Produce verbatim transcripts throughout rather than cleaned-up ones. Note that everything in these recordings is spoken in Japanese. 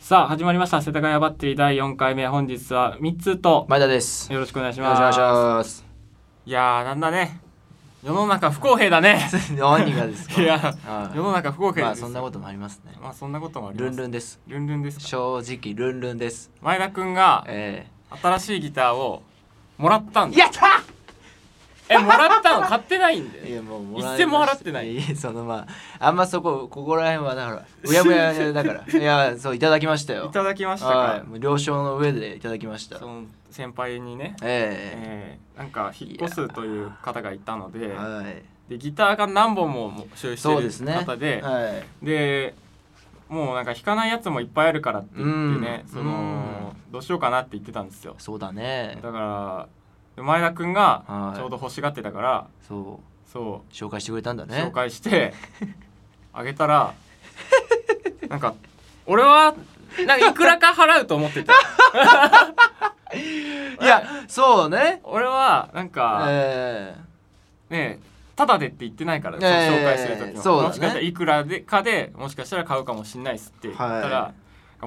さあ始まりました世田谷バッテリーだいよんかいめ。本日はみっつと前田です。 よろしくお願いしよろます。 しくお願いします。 いやーなんだね、世の中不公平だね何がですか。 いや、 はい、 世の中不公平です。 まあそんなこともありますね。 まあそんなこともあります。 ルンルンです。 ルンルンですか。 正直ルンルンです。 前田くんが、 えー、新しいギターをもらったんだ。 やったえ、もらったの買ってないんで。 いやもうもら一銭も払ってない。 いやそのまああんまそこここら辺はだからうやむやだからいやそういただきましたよ。 いただきましたか。 もう了承の上でいただきました。 その先輩にね、 えーえー、なんか引っ越すという方がいたので、 はい、 でギターが何本も所有してる方 で, で,、ねはい、でもうなんか弾かないやつもいっぱいあるからって言ってね、そのどうしようかなって言ってたんですよ。 そうだね。 だから前田くんがちょうど欲しがってたから、はい、 そうそう紹介してくれたんだね。 紹介してあげたらなんか俺はなんかいくらか払うと思ってたいやそうね、 俺はなんか、えー、ねえタダでって言ってないから、えー、紹介するときも、そうだね、もしかしたらいくらでかでもしかしたら買うかもしれないですって言ったら、はい、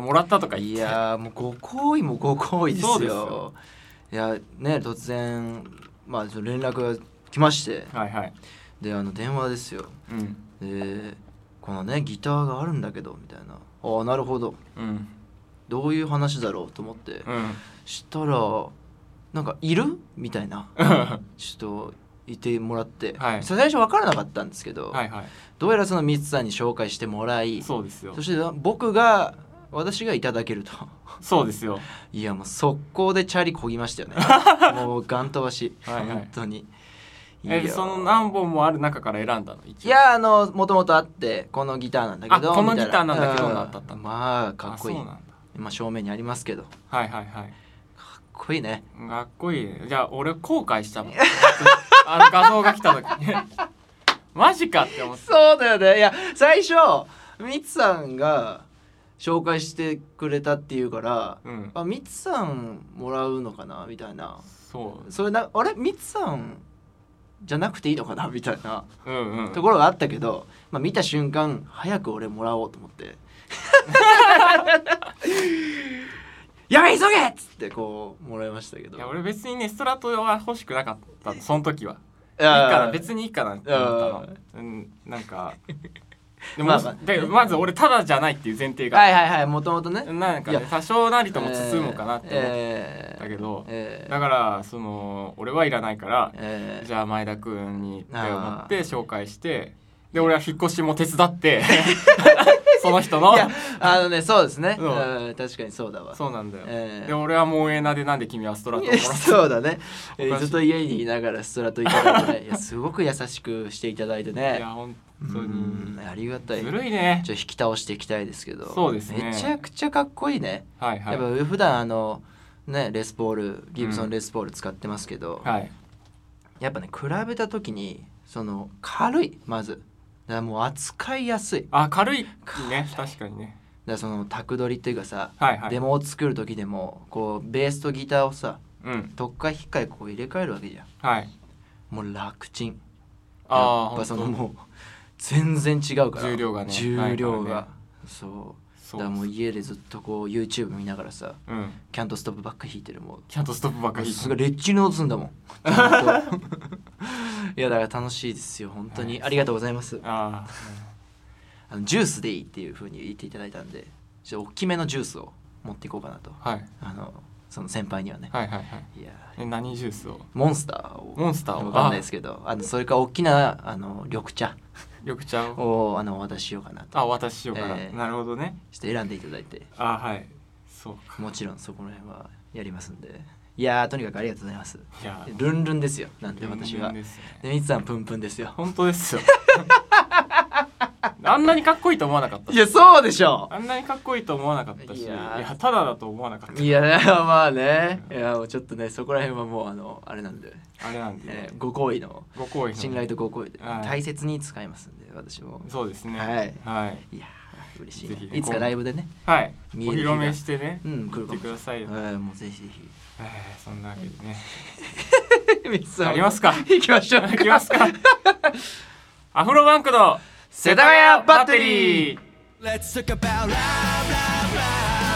もらったとか言って、 いやもうご好意もご好意ですよ。そうですよ。いやね突然まあ連絡が来まして、 はいはい、 であの電話ですよ、うん、でこのねギターがあるんだけどみたいな、ああなるほど、うん、どういう話だろうと思って、うん、したらなんかいるみたいなちょっといてもらって、はい、最初分からなかったんですけど、はいはい、どうやらそのミツさんに紹介してもらい、 そうですよ。 そして僕が私がいただけると。 そうですよ。 いやもう速攻でチャリこぎましたよねもうガン飛ばしはい、はい、本当に。 えその何本もある中から選んだの？ いやあのもともとあってこのギターなんだけど、 あこのギターなんだけどなったった、 まあかっこいい。今正面にありますけど、 はいはいはい、 かっこいいね。 かっこいい。じゃあ俺後悔したもんあの画像が来た時マジかって思って。 そうだよね。いや最初ミツさんが紹介してくれたっていうから、うん、あミツさんもらうのかなみたいな。そうそれなあれミツさんじゃなくていいのかなみたいな、うんうん、ところがあったけど、まあ、見た瞬間早く俺もらおうと思ってやべ急げっつってこうもらいましたけど。 いや俺別にねストラトは欲しくなかったその時は。いいかな別にいいかなって思ったの、うん、なんかでも、まあまあ、でまず俺ただじゃないっていう前提がはいはいはいもともとねなんかね多少なりとも包むかなって思ったけど、えーえー、だからその俺はいらないから、えー、じゃあ前田くんにって思って紹介してで俺は引っ越しも手伝ってその人のいやあのねそうですね、うん、確かにそうだわ。 そうなんだよ、えー、で俺はもうエナでなんで君はストラトをもらった。 そうだね、えー、ずっと家にいながらストラトいただいてねいやすごく優しくしていただいてね。いや本当にありがたい。 ずるいね。 ちょっと引き倒していきたいですけど。 そうですね。 めちゃくちゃかっこいいね。はいはい。やっぱ普段あのねレスポールギブソンレスポール使ってますけど、うん、はい。やっぱね比べた時にその軽いまず。だからもう扱いやすい。 あ軽いね確かにね。 だからそのタク取りっていうかさ、はいはい、デモを作る時でもこうベースとギターをさ、うん、特化引っかえこう入れ替えるわけじゃん。はい。もう楽ちん。あやっぱそのもう全然違うから重量がね重量が、はいはい、そうだからもう家でずっとこう YouTube 見ながらさ、うん、キャントストップばっか弾いてる。もうキャントストップばっか弾いてる。 すごいレッチリの音すんだもんいやだから楽しいですよ本当に、はい、ありがとうございます。ああのジュースでいいっていう風に言っていただいたんでちょっと大きめのジュースを持っていこうかなと、はい、あのその先輩にはね。 はいはいはい。いやえ何ジュースを？ モンスターを。 モンスターを。 わかんないですけど、あのそれから大きなあの緑茶。 緑茶をあのお渡ししようかなと。 あお渡ししようかな。えー、なるほどね。 ちょっと選んでいただいて。 あはい。そうか。 もちろんそこら辺はやりますんで。いやーとにかくありがとうございます。いやルンルンですよ。なんで私は。ルンルンですね。でミツさんプンプンですよ。 本当ですよ。あんなにかっこいいと思わなかった。 いやそうでしょ。 あんなにかっこいいと思わなかったし、いや、いやただだと思わなかった。 いやまあね、いやもうちょっとねそこら辺はもうあのあれなんで、 あれなんで、 えー、ご好意の、 ご好意の信頼とご好意で、はい、大切に使いますんで私も。 そうですね。 はいはい。いや嬉しい、ね。いつかライブでね。 はい。お披露目してね。うん、来るかも。来てくださいよ。 はい、もうぜひぜひ。 えー、そんなわけでね。 ありますか。 行きましょう。 行きますか。アフロバンクの世田谷バッテリー。Let's talk about love, love, love.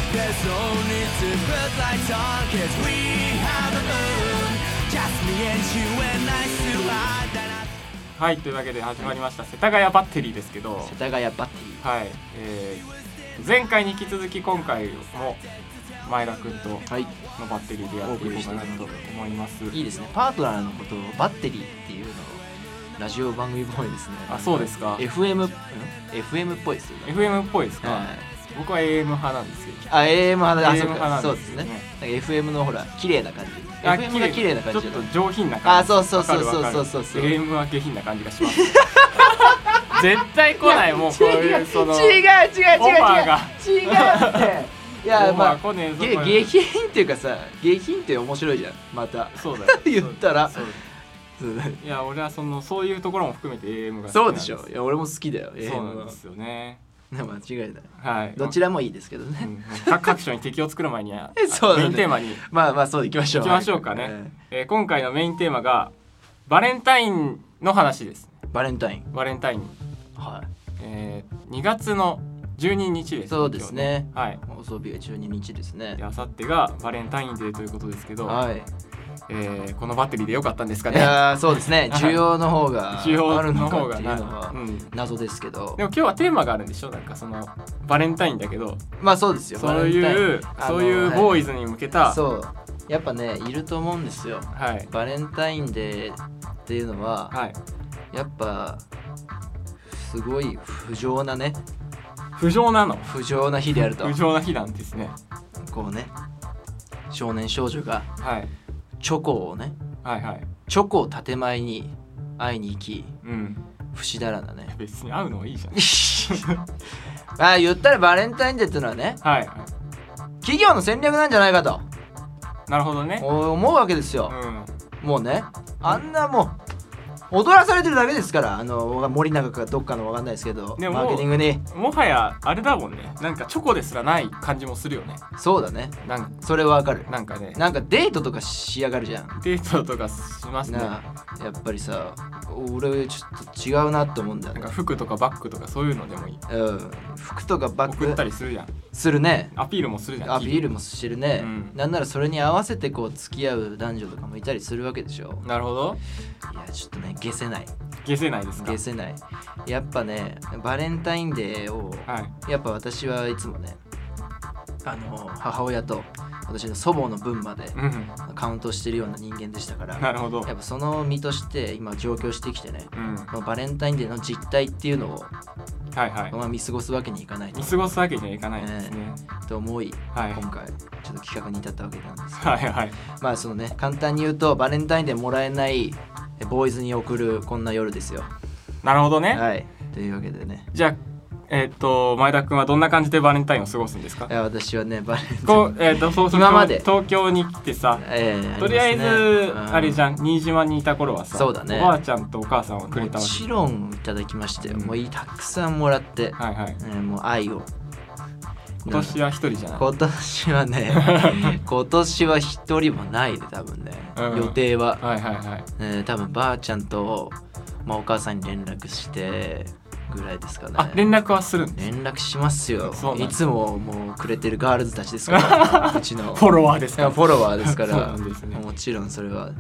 There's no need to put lights on cause we have a moon Just me and you and nice to ride はい、というわけで始まりました世田谷バッテリーですけど、 世田谷バッテリーはい、えー、前回に引き続き今回も前田くんとのバッテリーでやっていこうかなと思います、 はい、いいですね。パートナーのことをバッテリーっていうのをラジオ番組っぽいですね。 あ、そうですか。 エフエム、 エフエム っぽいですよね。 エフエム っぽいですか、はい、僕は エーエム 派なんですよ。 あ、エーエム 派だ。 エーエム 派なんですよね。 そうですね。なんか エフエム のほら綺麗な感じ、 エフエム が綺麗な感じ、 ちょっと上品な感じ。 あ、そうそうそうそうそうそう。 エーエム は下品な感じがします絶対来ない。もうこういうその違う違う違う違うオファーが違うっていやまあ下品っていうかさ、下品って面白いじゃん。またそうだよ言ったらいや俺はそのそういうところも含めて エーエム が好きそうでしょ。いや俺も好きだよ。 そうなんですよね。 間違いない。 はい。 どちらもいいですけどね。 うん、各所に敵を作る前にはそうだね、 メインテーマにまあまあそういきましょう。 いきましょうかね。えーえー、今回のメインテーマがバレンタインの話です。 バレンタイン。 バレンタイン。 はい。 えー、にがつのじゅうににちです、ね。 そうですね。 はい。 放送日がじゅうににちですね。 で、あさってがバレンタインデーということですけど。 はい。 えー、このバッテリーで良かったんですかね。 いやそうですね。需要の方が需要あるの方がっていうのは謎ですけど、 でも今日はテーマがあるんでしょ。なんかそのバレンタインだけど、 まあそうですよ。 そういうそういうボーイズに向けた、 はい、そうやっぱねいると思うんですよ。 はい。 バレンタインデーっていうのは、はい、やっぱすごい不浄なね。 不浄なの。 不浄な日であると。 不浄な日なんですね。 こうね、少年少女が、 はい。 チョコをね、 はいはい、 チョコを建前に会いに行き、 うん、 不死だらなね。 別に会うのはいいじゃんああ言ったらバレンタインデーっていうのはね、 はい、はい、 企業の戦略なんじゃないかと。 なるほどね。 思うわけですよ、うん、もうねあんなもう踊らされてるだけですから。あの森永かどっかの分かんないですけど、マーケティングにもはやあれだもんね。なんかチョコですらない感じもするよね。 そうだね。 なんかそれはわかる。 なんかね、 なんかデートとかしやがるじゃん。 デートとかしますね。 なあやっぱりさ、俺ちょっと違うなって思うんだよ、ね、 なんか服とかバッグとかそういうのでもいい。 うん、服とかバッグ送ったりするじゃん。 するね。 アピールもするじゃん。 アピールもしてるね、うん、なんならそれに合わせてこう付き合う男女とかもいたりするわけでしょ。 なるほど。 いやちょっとね消せない。 消せないですか。 消せない。やっぱねバレンタインデーを、はい、やっぱ私はいつもねあの母親と私の祖母の分までカウントしてるような人間でしたから、 なるほど。 やっぱその身として今上京してきてね、うん、バレンタインデーの実態っていうのを、はいはい、まあ、見過ごすわけにいかないと。 見過ごすわけにはいかないですね、 えー、と思い、はい、今回ちょっと企画に至ったわけなんですけど、はいはい、まあそのね簡単に言うとバレンタインデーもらえないボーイズに送るこんな夜ですよ。 なるほどね。 はい。というわけでね。 じゃあえー、っと前田君はどんな感じでバレンタインを過ごすんですか。 いや私はねバレンタインこう、えー、っとそうそう今まで東京に来てさ、えー、とりあえず あ,、ね、あれじゃん、新島にいた頃はさ、 そうだね、 おばあちゃんとお母さんはくれたわけ。 もちろんいただきましたよ、うん、もうたくさんもらって、はいはい、えー、もう愛を。 今年は一人じゃない。 今年はね今年は一人もないで多分ね、うん、予定は、はいはいはい、えー、多分ばあちゃんと、まあ、お母さんに連絡してぐらいですかね。 あ、連絡はするんです。 連絡しますよ。いつももうくれてるガールズたちですからうちのフォロワーですから。 フォロワーですからそうなんですね、 もちろんそれは、はい、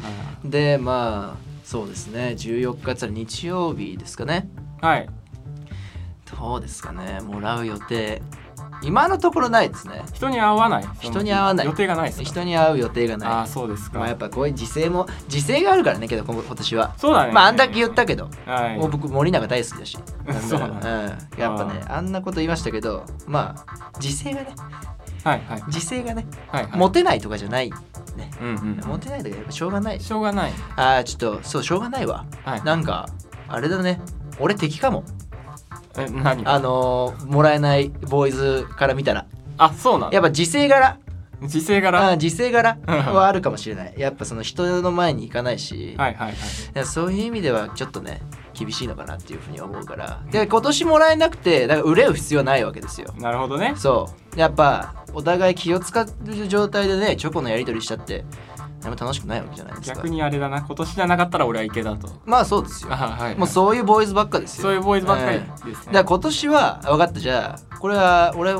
でまあそうですねじゅうよっかつは日曜日ですかね。 はい。 どうですかね、もらう予定今のところないですね。 人に会わない。 人に会わない。 予定がないですか。 人に会う予定がない。 ああそうですか。 まあやっぱこういう時勢も時勢があるからね。けど今年は。 そうだね。 まああんだけ言ったけど、 はい、 もう僕森永大好きだし。 そうだね、 うん。やっぱね あ, あんなこと言いましたけど、まあ時勢がね。 はいはい。 時勢がね、 はいはい、 モテないとかじゃないね。 うんうん、 モテないとかやっぱしょうがない。 しょうがない。 ああちょっとそうしょうがないわ。はい、なんかあれだね。俺敵かも。 え何？ あのー、もらえないボーイズから見たら。 あ、そうなの。 やっぱ時勢柄時勢柄あ時勢柄はあるかもしれない。やっぱその人の前に行かないし、 はいはいはい、 そういう意味ではちょっとね厳しいのかなっていうふうに思うから。で今年もらえなくてだから憂う必要はないわけですよ。 なるほどね。 そうやっぱお互い気を使う状態でねチョコのやり取りしちゃって楽しくないわけじゃないですか。 逆にあれだな、今年じゃなかったら俺は池だと。 まあそうですよ、はいはい、もうそういうボーイズばっかですよ。 そういうボーイズばっかりですね、 えー、だから今年は分かった。じゃあこれは俺も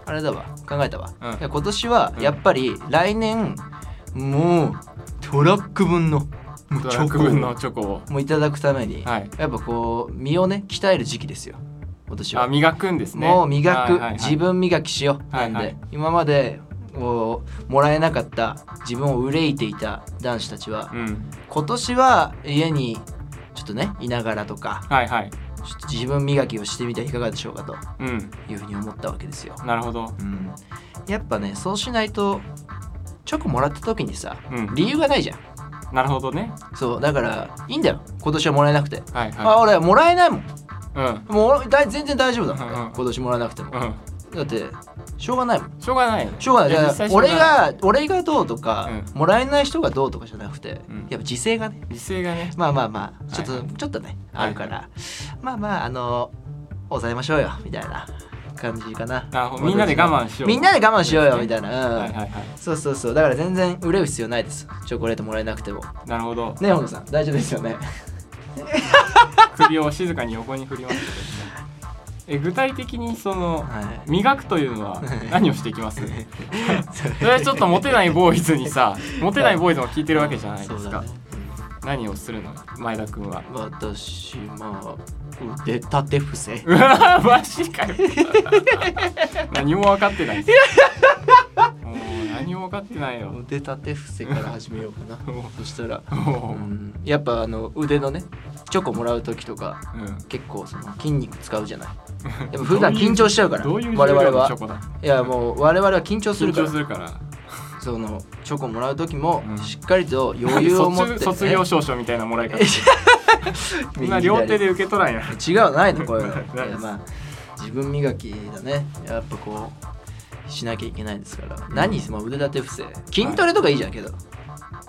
あれだわ考えたわ、うん、いや今年はやっぱり来年もうトラック分のトラック分のチョコをもういただくために、はい、やっぱこう身をね鍛える時期ですよ今年は。 あ磨くんですね。 もう磨く、はいはいはい、自分磨きしようなんで、はいはい、今までもうもらえなかった自分を憂いていた男子たちは、うん、今年は家にちょっとねいながらとか、はいはい、ちょっと自分磨きをしてみてはいかがでしょうかというふうに思ったわけですよ。 なるほど、うん、 やっぱねそうしないとチョコもらった時にさ、うん、理由がないじゃん。 なるほどね。 そうだからいいんだよ今年はもらえなくて、はいはい、あ俺もらえないもん、うん、もうだ全然大丈夫だもん、ねうんうん、今年もらえなくても、うん、だってしょうがないもん。 しょうがないしょうがない。だから俺が俺がどうとか、うん、もらえない人がどうとかじゃなくて、うん、やっぱ時勢がね時勢がねまあまあまあちょっと、はいはい、ちょっとねあるから、はいはい、まあまああの抑えましょうよみたいな感じかな。 あみんなで我慢しようみんなで我慢しようよみたいな、うんはいはいはい、そうそうそうだから全然憂う必要ないですチョコレートもらえなくても。 なるほどね本田さん大丈夫ですよね首を静かに横に振りますけどえ具体的にその、はい、磨くというのは何をしていきますそれはちょっとモテないボーイズにさモテないボーイズも聞いてるわけじゃないですか、ね、何をするの前田君は。 私まあ腕立て伏せうわマジかよ何も分かってないもう何も分かってないよ。 腕立て伏せから始めようかなそしたら、うん、やっぱあの腕のねチョコもらう時とか、うん、結構その筋肉使うじゃないやっぱ普段緊張しちゃうからどういう我々はチョコだいやもう我々は緊張するから緊張するからそのチョコもらう時もしっかりと余裕を持って、ね、 卒業証書みたいなもらい方みんな両手で受け取らんや違うないのこういうのいやまあ自分磨きだねやっぱこうしなきゃいけないですから、うん、何も腕立て伏せ筋トレとかいいじゃんけど、はい、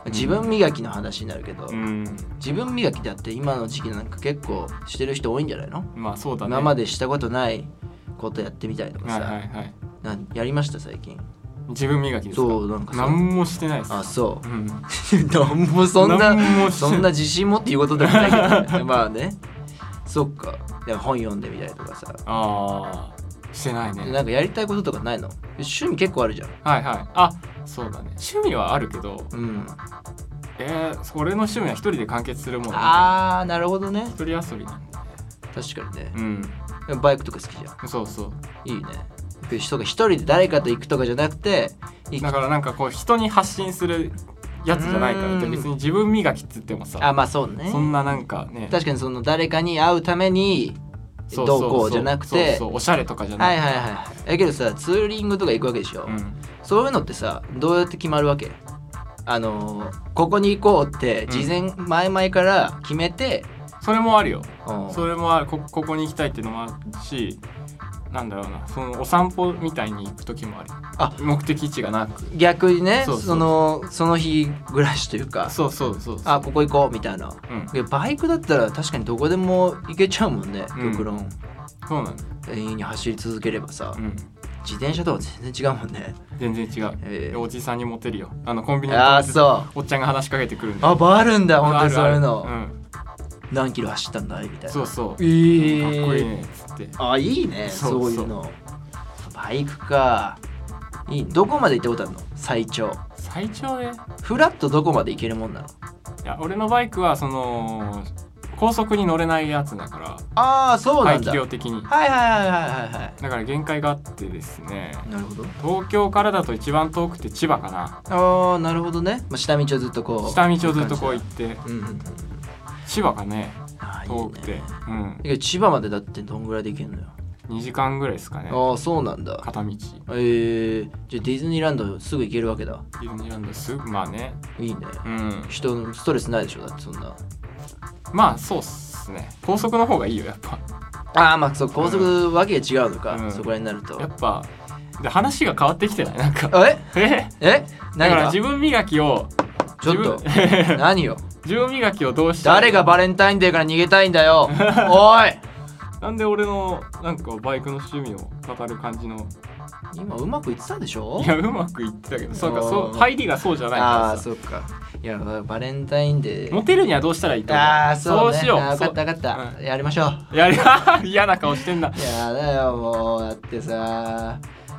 自分磨きの話になるけど、うん、自分磨きだって今の時期なんか結構してる人多いんじゃないの。 まあそうだね。 今までしたことないことやってみたいとかさ、はいはいはい、なやりました最近。 自分磨きですか。 そうなんか何もしてないです。 あそう、うん、何もそんなそんな自信持って言うことでもないけど、ね、まあねそっかでも本読んでみたりとかさあしてないね。 なんかやりたいこととかないの。趣味結構あるじゃん。 はいはいあそうだね趣味はあるけど、うん、えー、それの趣味は一人で完結するもの。 ああなるほどね。 一人遊びなんで確かにね、 うん、 バイクとか好きじゃん。そうそういいね。人が一人で誰かと行くとかじゃなくてだからなんかこう人に発信するやつじゃないからって別に自分磨きっつってもさあまあそうねそんななんかね確かにその誰かに会うためにどうこうじゃなくてそうそうおしゃれとかじゃないはいはいはいだけどさツーリングとか行くわけでしょ、うん、そういうのってさどうやって決まるわけ。あのー、ここに行こうって事前、うん、前々から決めてそれもあるよそれもある こ, ここに行きたいっていうのもあるしなんだろうなそのお散歩みたいに行く時もある。あ目的地がなく逆にねそうそうそのその日暮らしというかそうそうそうそうあここ行こうみたいな、うん、バイクだったら確かにどこでも行けちゃうもんね極論、うん、 そうなの永遠に走り続ければさ、うん、自転車とは全然違うもんね。 全然違う、えー、おじさんにモテるよあのコンビニあそうおっちゃんが話しかけてくるんでああるんだ本当にそういうのうん何キロ走ったんだいみたいなそうそうえー、 かっこいいねっつってあいいねそうそうそういうのバイクかいいどこまで行ったことあるの最長最長でフラットどこまで行けるもんなの。 いや俺のバイクはその高速に乗れないやつだからああそうなんだ排気量的にはいはいはいはいはいだから限界があってですねなるほど東京からだと一番遠くて千葉かな。 ああなるほどね、まあ、下道をずっとこう下道をずっとこう行って、うんうんうん、千葉がね遠くていい、ねうん、千葉までだってどんぐらいで行けんのよ。 にじかんぐらいですかね。 ああそうなんだ片道。 えー、じゃあディズニーランドすぐ行けるわけだ。 ディズニーランドすぐまあねいいね、うん、人のストレスないでしょだってそんな。 まあそうっすね高速の方がいいよやっぱ。 ああまあそう高速わけが違うのか、うん、そこらになるとやっぱで話が変わってきてないなんかえええだから自分磨きをちょっと何よ自分磨きをどうした誰がバレンタインデーから逃げたいんだよおいなんで俺のなんかバイクの趣味を語る感じの今うまくいってたでしょ。 いやうまくいってたけどそうかそう入りがそうじゃないからさ。 ああそうかいやバレンタインデーモテるにはどうしたらいいと思う。ああそう、ね、そうしよう。 分かった分かった、うん、やりましょう。 やり嫌な顔してんな。 いやだよもうだってさ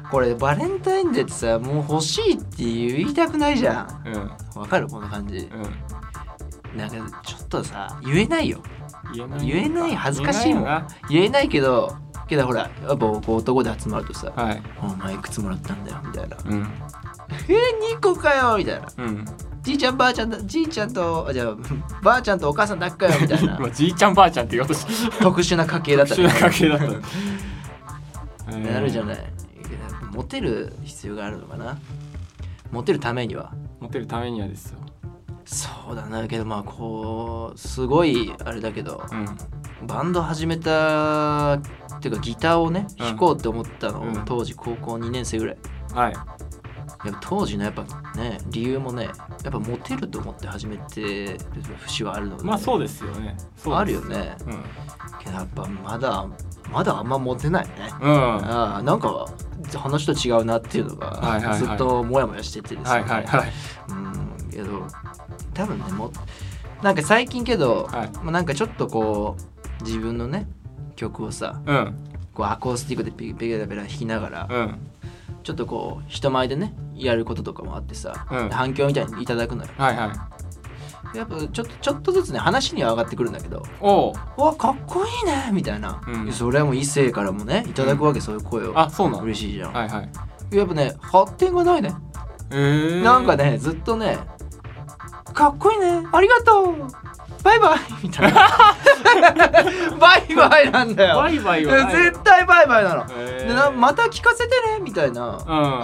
これバレンタインデーってさもう欲しいって言いたくないじゃん。うん。わかるこの感じ。うん。なんかちょっとさ言えないよ。言えない。言えない恥ずかしいもん。言えないけどけどほらやっぱ男で集まるとさ、はい、お前いくつもらったんだよみたいな。うん。えにこかよみたいな。うん。じいちゃんばあちゃんだじいちゃんとじゃあばあちゃんとお母さんだっかよみたいな。 じいちゃんばあちゃんって言おうとし特殊な家系だった、 ね。特殊な家系だった。 えー、なるじゃない。モテる必要があるのかな。モテるためには。 モテるためにはですよ。 そうだなけどまあこうすごいあれだけど、うん、バンド始めたっていうかギターをね、うん、弾こうって思ったの、うん、当時高校にねん生ぐらい。はい。やっぱ当時のやっぱね理由もねやっぱモテると思って始めてる節はあるので、ね、 まあそうですよね。 そうあるよね。うん、けどやっぱまだまだあんまモテないね。うん。ああなんか話と違うなっていうのがずっとモヤモヤしててですね。はいはいはい。うんけど多分ねもなんか最近けど、はい、まあ、なんかちょっとこう自分のね曲をさ、うん、こうアコースティックでペペラペラ弾きながら。うん、ちょっとこう人前でねやることとかもあってさ、うん、反響みたいにいただくのよ。はいはい。やっぱちょっとちょっとずつね話には上がってくるんだけど、おわかっこいいねみたいな、うん、それはもう異性からもねいただくわけ、うん、そういう声を。あ、そうなの。嬉しいじゃん。はいはい。やっぱね発展がないね。えー、なんかねずっとねかっこいいねありがとうバイバイみたいなバイバイなんだよ。バイバイは絶対バイバイなの。でなまた聞かせてねみたいな、うん、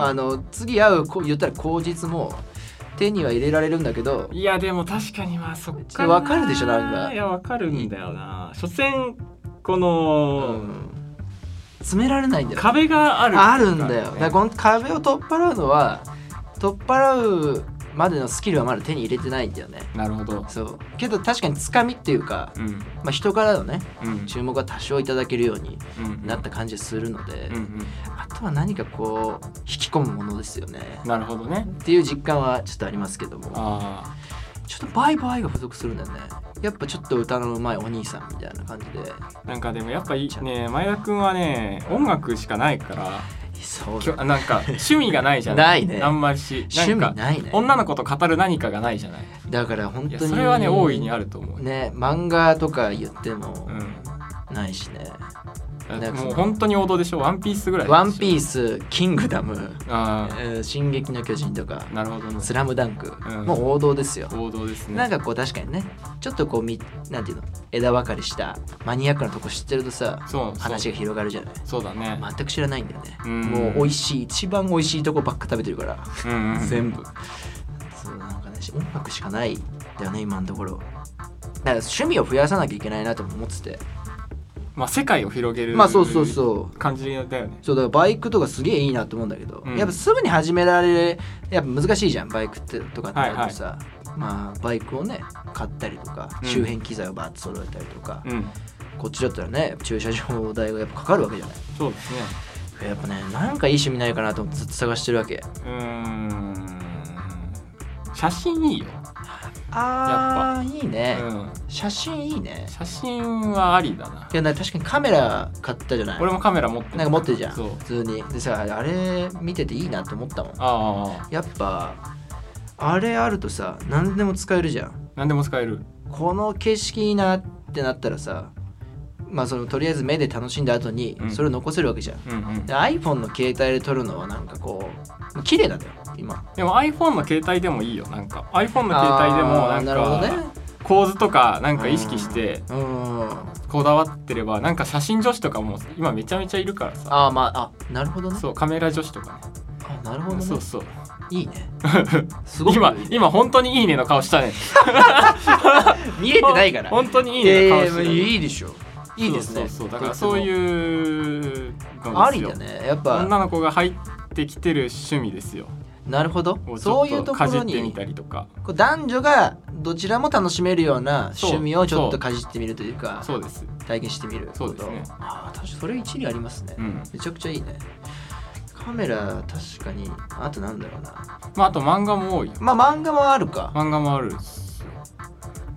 あの次会う言ったら口実も手には入れられるんだけど。 いやでも確かにまあそっかわかるでしょなんか。 いやわかるんだよな。所詮この、うん、 詰められないんだよ。 壁がある、 ね、あるんだよ。だからこの壁を取っ払うのは取っ払うまでのスキルはまだ手に入れてないんだよね。 なるほど。 そうけど確かにつかみっていうか、うん、まあ、人からのね、うん、注目が多少いただけるようになった感じがするので、うんうん、あとは何かこう引き込むものですよね。 なるほどねっていう実感はちょっとありますけども、あちょっとバイバイが付属するんだよね。やっぱちょっと歌のうまいお兄さんみたいな感じで。 なんかでもやっぱいね前田くんはね音楽しかないからそうなんか趣味がないじゃないないねあんまりし趣味ないね。 女の子と語る何かがないじゃない。 だから本当にそれはね大いにあると思うね。 漫画とか言ってもないしね、 うん、もう本当に王道でしょ。ワンピースぐらい。 ワンピース、キングダム、あ、えー、進撃の巨人とか、 なるほど、ね、 スラムダンク、うん、もう王道ですよ。 王道ですね。 なんかこう確かにねちょっとこうみなんていうの枝分かれしたマニアックなとこ知ってるとさそう話が広がるじゃない。 そうだね。 全く知らないんだよね。うんもう美味しい一番美味しいとこばっか食べてるから、うんうん、全部そうなんかね音楽しかないんだよね今のところ。だから趣味を増やさなきゃいけないなと思ってて。 まあ世界を広げるまあそうそうそう感じだよね。 そうだからバイクとかすげえいいなと思うんだけど、うん、やっぱすぐに始められるやっぱ難しいじゃんバイクってとかってなるとさ、はいはい、まあバイクをね買ったりとか、うん、周辺機材をバーッと揃えたりとか、うん、こっちだったらね駐車場代がやっぱかかるわけじゃない。 そうですね。 やっぱねなんかいい趣味ないかなと思ってずっと探してるわけ。うーん写真いいよ。 あーいいね、うん、写真いいね。 写真はありだな。 いやな確かにカメラ買ったじゃない。 俺もカメラ持ってる。 なんか持ってるじゃん普通に。でさあれ見てていいなと思ったもん。あやっぱあれあるとさ何でも使えるじゃん。 何でも使える。この景色いいなってなったらさまあそのとりあえず目で楽しんだ後にそれを残せるわけじゃん、うんうんうん、で iPhone の携帯で撮るのはなんかこう綺麗なんだよ今。 でも iPhone の携帯でもいいよ。なんか iPhone の携帯でもなんか、ね、構図とかなんか意識してこだわってればなんか写真女子とかも今めちゃめちゃいるからさ。 ああまああなるほどね。 そうカメラ女子とかね。 あなるほどね。 そうそういいねすごく今今本当にいいねの顔したね見えてないから本当にいいねの顔した、 えー、いいでしょ。いいですね。 そうそうそうだからそういうありだね。やっぱ女の子が入ってきてる趣味ですよ。 なるほど。そういうところにかじってみたりとかこう男女がどちらも楽しめるような趣味をちょっとかじってみるというかそうです体験してみる。 そうですね。 ああ確かにそれ一理ありますね、うん、めちゃくちゃいいね。カメラ確かに。あとなんだろうな。 まああと漫画も多いよ。 まあ漫画もあるか。 漫画もある。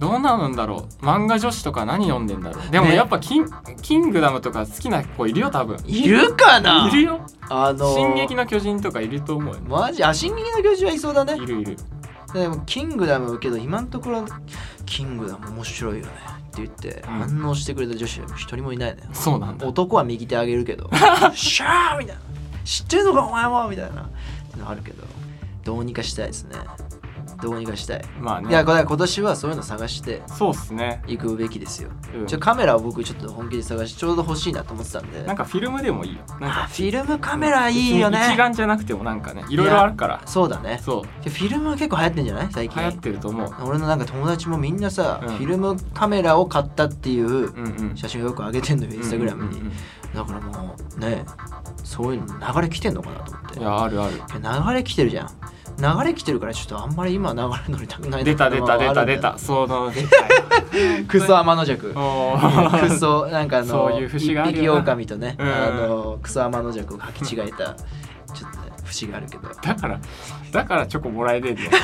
どうなんだろう、漫画女子とか何読んでんだろう。でもやっぱキン、ね、キングダムとか好きな子いるよ多分。 いるかな。 いるよ。 あのー、 進撃の巨人とかいると思うよ。 マジ？あ、進撃の巨人はいそうだね。 いるいる。 でもキングダムけど今のところキングダム面白いよねって言って反応してくれた女子は一人もいないね、 うん、そうなんだ。 男は右手あげるけどシャーみたいな、知ってるのかお前もみたいなのあるけど、どうにかしたいですね。どうにかしたい。 まあね。 いや、これ今年はそういうの探してそうっすね。 行くべきですよ。 うん、 ちょカメラを僕ちょっと本気で探してちょうど欲しいなと思ってたんで。 なんかフィルムでもいいよ。なんかフィルムカメラいいよね。 一眼じゃなくてもなんかね、いろいろあるから。 そうだね。 そう。 フィルムは結構流行ってんじゃない最近。 流行ってると思う。 俺のなんか友達もみんなさ、 うん、 フィルムカメラを買ったっていう写真をよく上げてんのよ、インスタグラムに。だからもうね、そういうの流れ来てんのかなと思って。 いや、あるある。 流れ来てるじゃん。流れ来てるからちょっとあんまり今流れ乗りたくない。 出た出た出た出た。そのクソ天の弱。クソなんかあのそういう節があるよな。一匹狼とね、うん、あのクソ天の弱を履き違えたちょっとね節があるけど。 だからだからチョコもらえねえんだよ。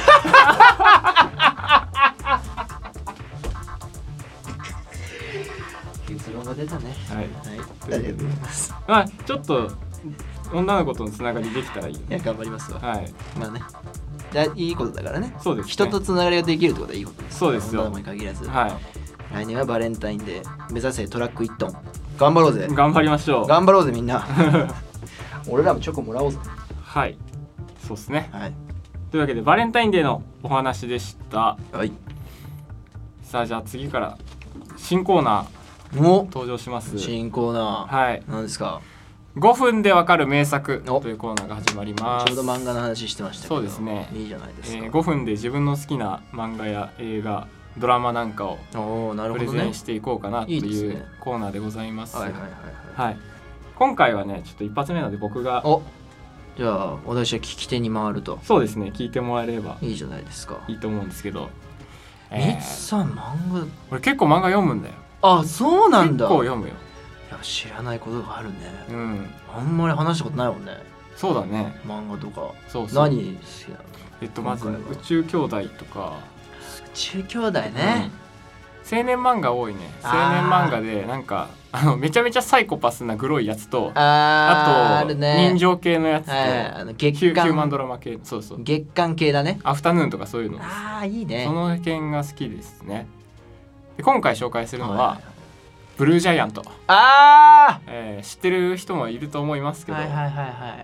結論が出たね。 はい。はい。 ありがとうございます。 まあちょっと女の子とのつながりできたらいいよ、ね。 いや頑張りますわ。 はい。 まあね。いいことだからね。 そうです、ね。 人とつながりができるってことはいいことです。 そうですよ。 女の子に限らず。 はい。 来年はバレンタインデー、目指せトラックいちトン。頑張ろうぜ。 頑張りましょう。 頑張ろうぜみんな。俺らもチョコもらおうぜ。 はい。そうですね。 はい。 というわけでバレンタインデーのお話でした。 はい。 さあじゃあ次から新コーナー登場します。 新コーナー。 はい。 何ですか。 ごふんでわかる名作というコーナーが始まります。 ちょうど漫画の話してましたけど。 そうですね。 いいじゃないですか。 えー、ごふんで自分の好きな漫画や映画、ドラマなんかをプレゼンしていこうかなというコーナーでございます。 はいはいはいはい。はい。今回はねちょっと一発目なので僕が。 お。じゃあ私は聞き手に回ると。 そうですね。聞いてもらえればいいじゃないですか。 いいと思うんですけど。 みつさん漫画。 俺結構漫画読むんだよ。 あ、そうなんだ。 結構読むよ。 いや知らないことがあるね。 うん。 あんまり話したことないもんね。 そうだね。 漫画とか。 そうそう。 何好きなの？ えっとまず宇宙兄弟とか。 宇宙兄弟ね。 うん、青年漫画多いね。青年漫画でなんかあのめちゃめちゃサイコパスなグロいやつと、あ, あと、ね、人情系のやつと、はい、あの月刊ヒューマンドラマ系、そうそう。 月刊系だね。 アフタヌーンとかそういうの。 ああいいね。 その辺が好きですね。で今回紹介するのは。はい、ブルージャイアント。 ああ、 えー、知ってる人もいると思いますけど、 はいはいはいはい。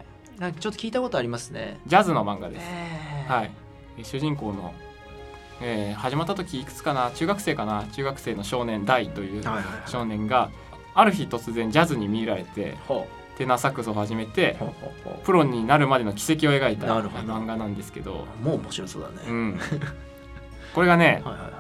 なんかちょっと聞いたことありますね。 ジャズの漫画です。 えー、 はい。主人公の、えー、始まった時いくつかな、中学生かな、中学生の少年ダイという少年がある日突然ジャズに見入られて、テナーサックスを始めてプロになるまでの軌跡を描いた漫画なんですけど、 もう面白そうだね。 うん、これがね、はいはいはいはい、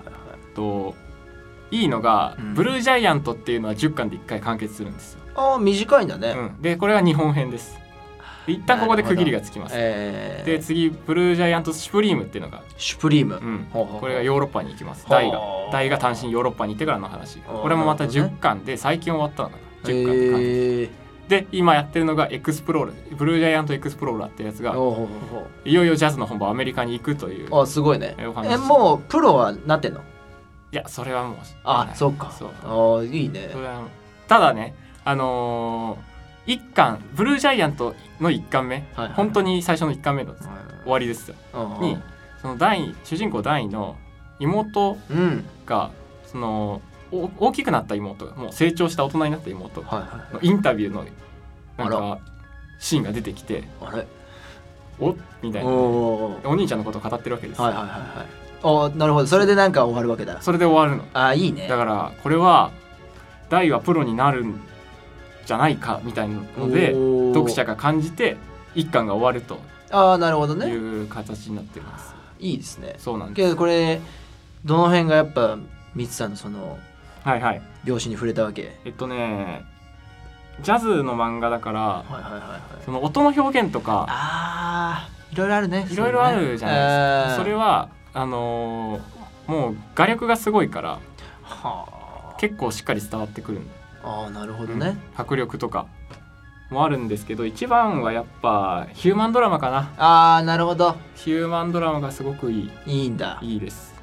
といいのが、うん、ブルージャイアントっていうのはじゅっかんでいっかい完結するんですよ。 ああ短いんだね、 うん、でこれはにほん編です。一旦ここで区切りがつきます、えー、で次ブルージャイアントシュプリームっていうのがシュプリーム、 うん、これがヨーロッパに行きます。大が大が単身ヨーロッパに行ってからの話。これもまたじゅっかんで最近終わったのかな、じゅっかんで完結、えー、で今やってるのがエクスプローラー、ブルージャイアントエクスプローラーってやつがいよいよジャズの本場アメリカに行くという。 あすごいね。えもうプロはなってんの？ いやそれはもうあそうかそうあいいね。 それはただねあのー、いっかんブルージャイアントのいっかんめ、はいはい、本当に最初のいっかんめの、はいはい、終わりですよ、はい、にその第主人公第の妹が、うん、その大きくなった妹がもう成長した大人になった妹のインタビューのなんかシーンが出てきて、 あれおみたいな、お, お兄ちゃんのことを語ってるわけですよ。 はいはいはいはい。おなるほど、それでなんか終わるわけだ。 それで終わるの。 あいいね。 だからこれは大はプロになるんじゃないかみたいなので読者が感じて一巻が終わるとあなるほどねいう形になってます。 いいですね。 そうなんです。 けどこれどの辺がやっぱミツさんのそのはいはい描写に触れたわけ？ えっとねジャズの漫画だから、はいはいはいはい、その音の表現とかあいろいろあるね。 いろいろあるじゃないですか。それはあのー、もう画力がすごいから、はあ、結構しっかり伝わってくる。 ああなるほどね、うん、 迫力とかもあるんですけど一番はやっぱヒューマンドラマかな。 ああなるほど。 ヒューマンドラマがすごくいい。 いいんだ。 いいです。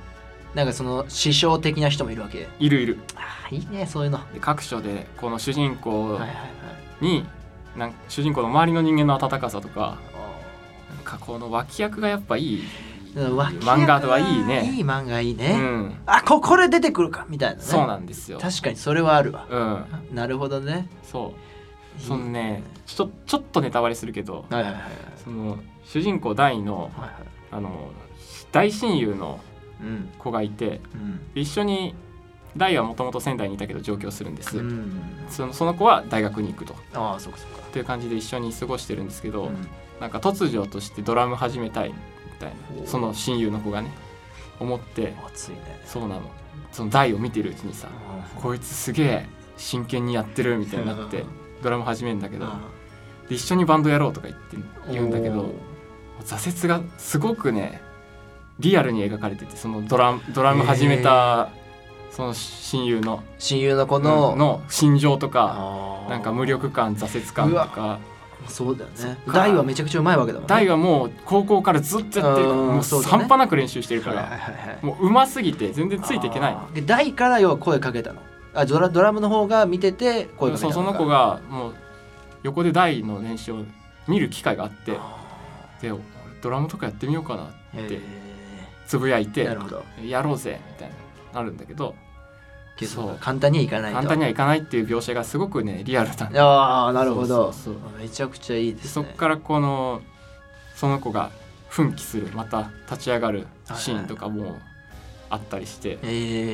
なんかその師匠的な人もいるわけ。 いるいる。 あいいねそういうの。 で各所でこの主人公になんか主人公の周りの人間の温かさとか、なんかこの脇役がやっぱいい漫画はいいね。 いい漫画いいね、うん、あ こ, これ出てくるかみたいなね。 そうなんですよ。 確かにそれはあるわ、 うん、 なるほどね。 そうそのねちょちょっとネタバレするけど、 はいはいはい、 その主人公大の、はいはい、あの大親友の子がいて、うん、一緒に大はもともと仙台にいたけど上京するんです、うん、その、その子は大学に行くと。 ああそうかそうかっていう感じで一緒に過ごしてるんですけど、うん、なんか突如としてドラム始めたいみたいなその親友の子がね思って、 熱いね。 そうなの。その大を見てるうちにさ、こいつすげえ真剣にやってるみたいになってドラム始めるんだけど、で一緒にバンドやろうとか言って言うんだけど、挫折がすごくねリアルに描かれてて、そのドラムドラム始めたその親友の親友の子の、 うん、の心情とか、なんか無力感挫折感とか。 そうだよね。大はめちゃくちゃうまいわけだもんね。 大はもう高校からずっとやってるから、もう半端なく練習してるから、もう上手すぎて全然ついていけない。 で大から要は声かけたの。あドラドラムの方が見てて声かけたのか。 そうその子がもう横で大の練習を見る機会があって、でドラムとかやってみようかなってつぶやいて、やろうぜみたいになるんだけど。 そう簡単にはいかないと。 簡単にはいかないっていう描写がすごくねリアルだ、ね、 ああなるほど。そうそうそうめちゃくちゃいいですね。 そっからこのその子が奮起するまた立ち上がるシーンとかもあったりして、はいはい、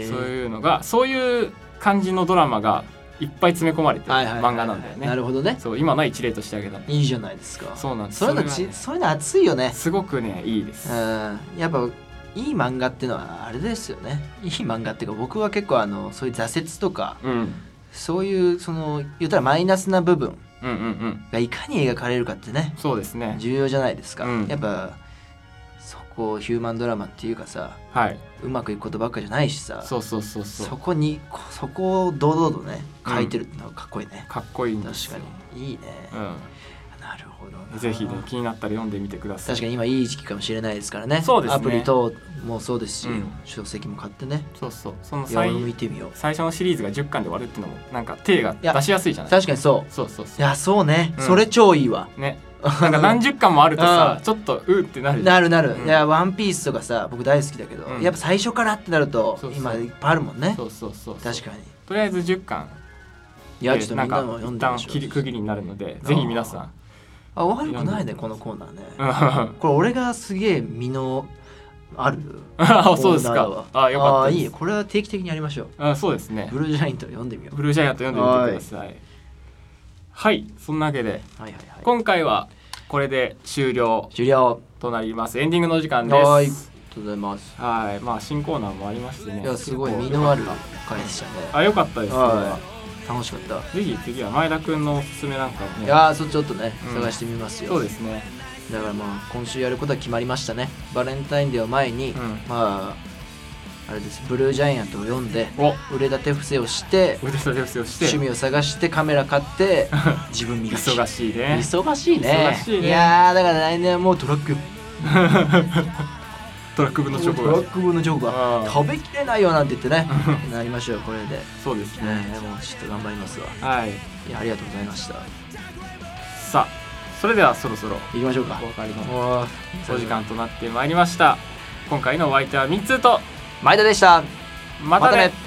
そういうのがそういう感じのドラマがいっぱい詰め込まれてる漫画なんだよね。 なるほどね。 そう今の一例としてあげた。 いいじゃないですか。 そうなんです。 そういうのちそういうの熱いよね。 すごくねいいです。 うんやっぱいい漫画っていうのはあれですよね。いい漫画っていうか僕は結構あのそういう挫折とか、うん、そういうその言ったらマイナスな部分がいかに描かれるかってね、 そうですね重要じゃないですか、うん、やっぱそこヒューマンドラマっていうかさ、はい、うまくいくことばっかじゃないしさ、 そうそうそうそうそこにそこを堂々とね書いてるってのはかっこいいね、 うん、かっこいいんですよ。 確かにいいね、うん、なるほど。 ぜひね気になったら読んでみてください。 確かに今いい時期かもしれないですからね。 そうですね。 アプリ等もそうですし、 うん、 書籍も買ってね。 そうそう。その最見てみよう。 最初のシリーズがじゅっかんで終わるっていうのもなんか手が出しやすいじゃない。 確かにそう。 そうそうそう。 いやそうね、うん、それ超いいわ。 ね。なんか何十巻もあるとさ、ちょっとうってなる。 なるなる。うん、いやワンピースとかさ僕大好きだけど、うん、やっぱ最初からってなるとそうそう今いっぱいあるもんね。 そうそうそう。 確かに。 とりあえずじゅっかん。 いやちょっとみんなも読んでみましょう。 一旦切り区切りになるのでぜひ皆さん。 あ悪くないねこのコーナーね。これ俺がすげえ身のあるあそうですか。あよかったです。 いいこれは定期的にやりましょう。 あそうですね。 ブルージャイアント読んでみよう。 ブルージャイアント読んでみてください。はいそんなわけで、はいはいはい、今回はこれで終了終了となります。エンディングのお時間です。 はいありがとうございます。 はいまあ新コーナーもありましてね。 いやすごい身のある回でしたね。 あよかったです。 楽しかった。 ぜひ次は前田くんのおすすめなんかもね。 いやーそちょっとね、うん、探してみますよ。 そうですね。 だからまあ今週やることは決まりましたね。バレンタインデーを前に、うん、まああれですブルージャイアントを読んで腕立て伏せをして腕立て伏せをして趣味を探してカメラ買って自分磨き忙しいね忙しいね忙しいね。 いやーだから来年はもうトラックトラック分のチョコがトラック分のチョコが食べきれないよなんて言ってねなりましょうこれで。 そうですね、 ねもうちょっと頑張りますわ。 はいいやありがとうございました。 さあそれではそろそろ行きましょうか。 お別れのお時間となってまいりました。今回のお相手はみっつーと前田でした。 またね。